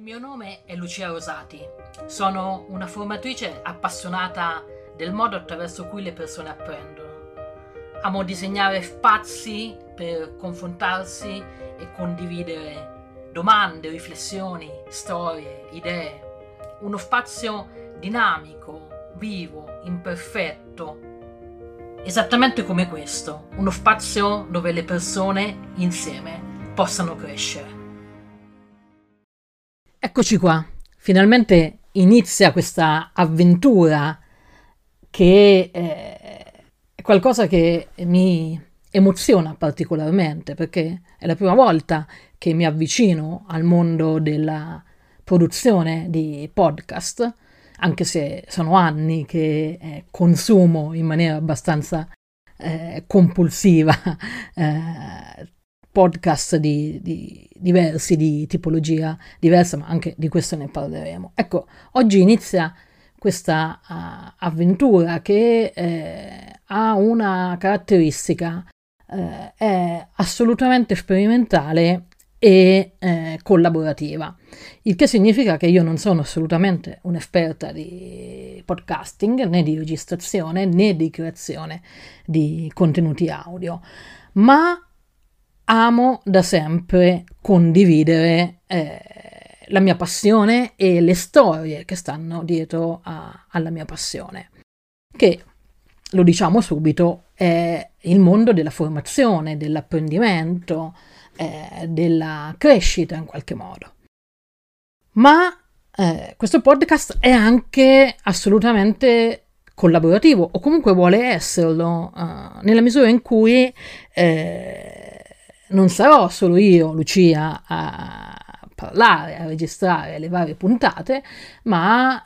Il mio nome è Lucia Rosati, sono una formatrice appassionata del modo attraverso cui le persone apprendono. Amo disegnare spazi per confrontarsi e condividere domande, riflessioni, storie, idee. Uno spazio dinamico, vivo, imperfetto, esattamente come questo, uno spazio dove le persone insieme possano crescere. Eccoci qua, finalmente inizia questa avventura che è qualcosa che mi emoziona particolarmente, perché è la prima volta che mi avvicino al mondo della produzione di podcast, anche se sono anni che consumo in maniera abbastanza compulsiva podcast di diversi, di tipologia diversa, ma anche di questo ne parleremo. Ecco, oggi inizia questa avventura che ha una caratteristica, è assolutamente sperimentale e collaborativa, il che significa che io non sono assolutamente un'esperta di podcasting, né di registrazione, né di creazione di contenuti audio, ma amo da sempre condividere la mia passione e le storie che stanno dietro alla mia passione, che, lo diciamo subito, è il mondo della formazione, dell'apprendimento, della crescita in qualche modo. Ma questo podcast è anche assolutamente collaborativo, o comunque vuole esserlo, nella misura in cui non sarò solo io, Lucia, a parlare, a registrare le varie puntate, ma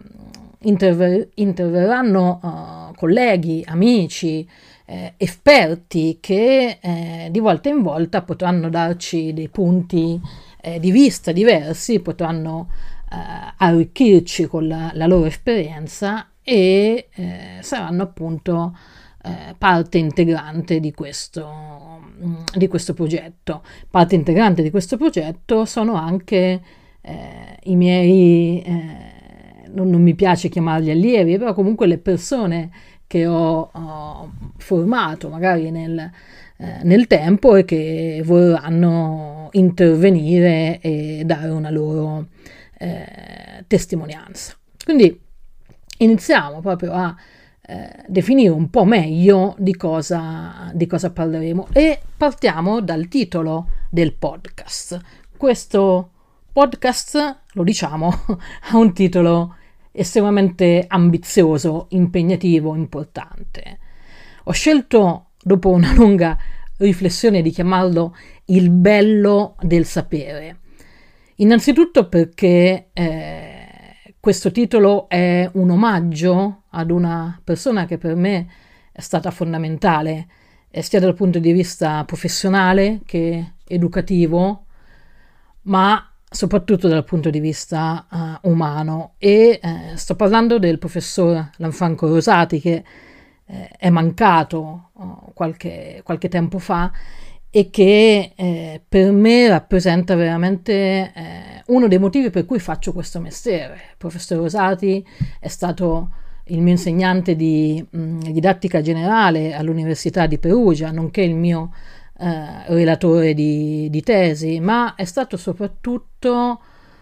interverranno colleghi, amici, esperti che di volta in volta potranno darci dei punti di vista diversi, potranno arricchirci con la loro esperienza e saranno appunto parte integrante di questo progetto. Parte integrante di questo progetto sono anche i miei, non mi piace chiamarli allievi, però comunque le persone che ho formato magari nel tempo e che vorranno intervenire e dare una loro testimonianza. Quindi iniziamo proprio a definire un po' meglio di cosa parleremo e partiamo dal titolo del podcast. Questo podcast, lo diciamo, ha un titolo estremamente ambizioso, impegnativo, importante. Ho scelto, dopo una lunga riflessione, di chiamarlo Il bello del sapere. Innanzitutto perché questo titolo è un omaggio ad una persona che per me è stata fondamentale, sia dal punto di vista professionale che educativo, ma soprattutto dal punto di vista umano. E sto parlando del professor Lanfranco Rosati, che è mancato qualche tempo fa e che per me rappresenta veramente uno dei motivi per cui faccio questo mestiere. Il professor Rosati è stato il mio insegnante di didattica generale all'Università di Perugia, nonché il mio relatore di tesi, ma è stato soprattutto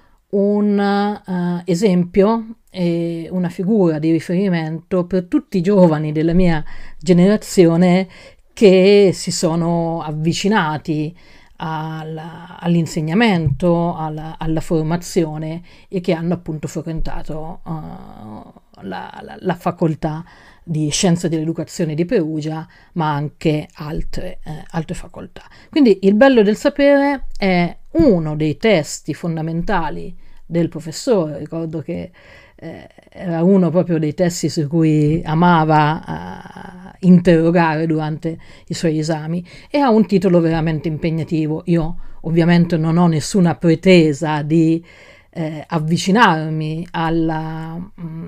un esempio e una figura di riferimento per tutti i giovani della mia generazione che si sono avvicinati all'insegnamento, alla formazione e che hanno appunto frequentato la facoltà di Scienze dell'Educazione di Perugia, ma anche altre facoltà. Quindi Il bello del sapere è uno dei testi fondamentali del professore. Ricordo che era uno proprio dei testi su cui amava interrogare durante i suoi esami, e ha un titolo veramente impegnativo. Io ovviamente non ho nessuna pretesa di avvicinarmi alla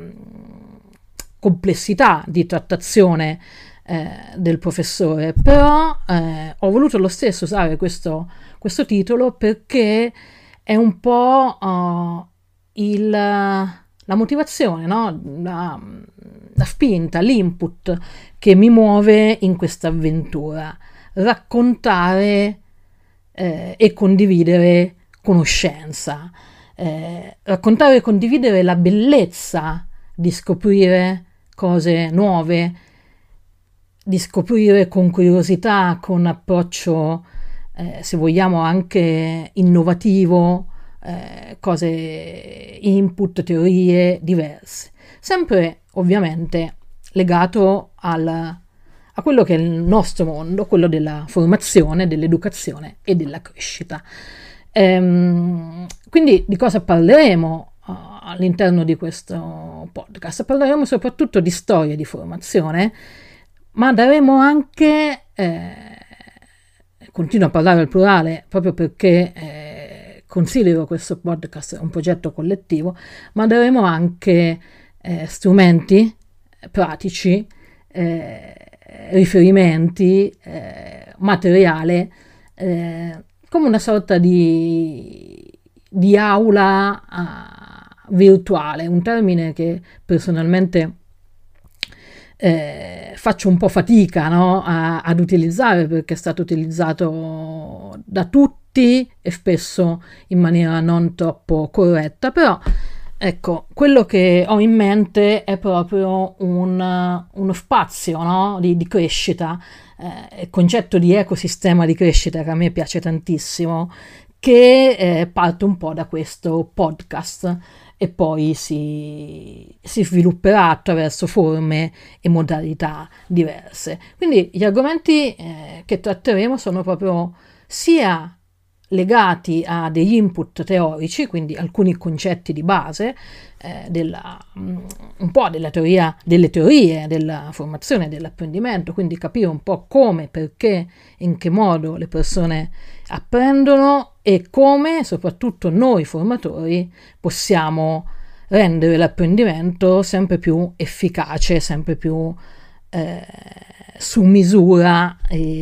complessità di trattazione del professore, però ho voluto lo stesso usare questo titolo perché è un po' la motivazione, no? La spinta, l'input che mi muove in questa avventura. Raccontare e condividere conoscenza. Raccontare e condividere la bellezza di scoprire cose nuove, di scoprire con curiosità, con approccio, se vogliamo, anche innovativo, cose, input, teorie diverse. Sempre ovviamente legato a quello che è il nostro mondo, quello della formazione, dell'educazione e della crescita. Quindi di cosa parleremo all'interno di questo podcast? Parleremo soprattutto di storia di formazione, ma daremo anche, continuo a parlare al plurale proprio perché considero questo podcast un progetto collettivo, ma daremo anche strumenti pratici, riferimenti, materiale, come una sorta di aula virtuale, un termine che personalmente faccio un po' fatica, no, ad utilizzare, perché è stato utilizzato da tutti e spesso in maniera non troppo corretta, però ecco, quello che ho in mente è proprio uno spazio, no, di crescita, il concetto di ecosistema di crescita che a me piace tantissimo, che parte un po' da questo podcast e poi si svilupperà attraverso forme e modalità diverse. Quindi gli argomenti che tratteremo sono proprio sia legati a degli input teorici, quindi alcuni concetti di base, un po' delle teorie della formazione e dell'apprendimento, quindi capire un po' come, perché, in che modo le persone apprendono e come soprattutto noi formatori possiamo rendere l'apprendimento sempre più efficace, sempre più su misura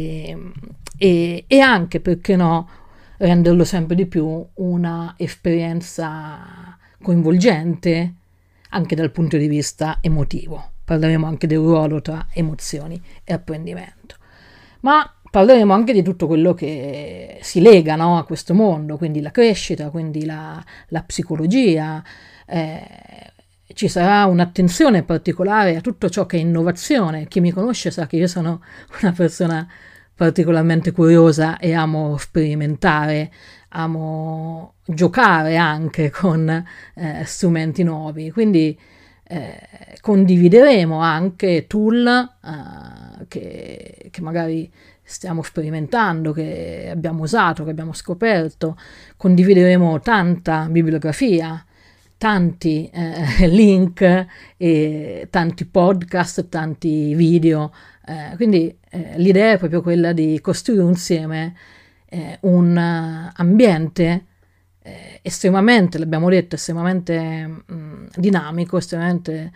e anche, perché no, renderlo sempre di più una esperienza coinvolgente anche dal punto di vista emotivo. Parleremo anche del ruolo tra emozioni e apprendimento. Ma parleremo anche di tutto quello che si lega, no, a questo mondo, quindi la crescita, quindi la psicologia. Ci sarà un'attenzione particolare a tutto ciò che è innovazione. Chi mi conosce sa che io sono una persona particolarmente curiosa e amo sperimentare, amo giocare anche con strumenti nuovi, quindi condivideremo anche tool che magari stiamo sperimentando, che abbiamo usato, che abbiamo scoperto, condivideremo tanta bibliografia, tanti link e tanti podcast, tanti video, quindi l'idea è proprio quella di costruire insieme un ambiente estremamente, l'abbiamo detto, estremamente dinamico, estremamente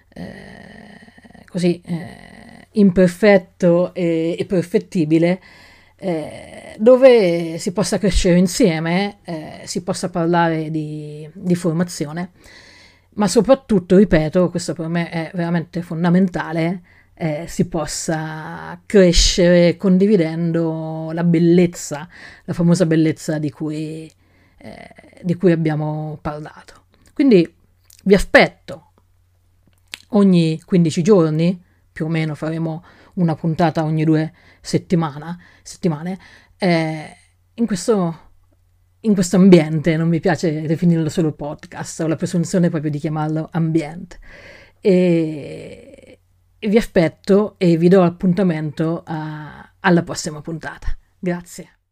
così imperfetto e perfettibile, dove si possa crescere insieme, si possa parlare di formazione, ma soprattutto, ripeto, questo per me è veramente fondamentale, si possa crescere condividendo la bellezza, la famosa bellezza di cui abbiamo parlato. Quindi vi aspetto ogni 15 giorni, più o meno faremo una puntata ogni 2 settimane, in questo ambiente. Non mi piace definirlo solo podcast, ho la presunzione proprio di chiamarlo ambiente. E vi aspetto e vi do appuntamento alla prossima puntata. Grazie.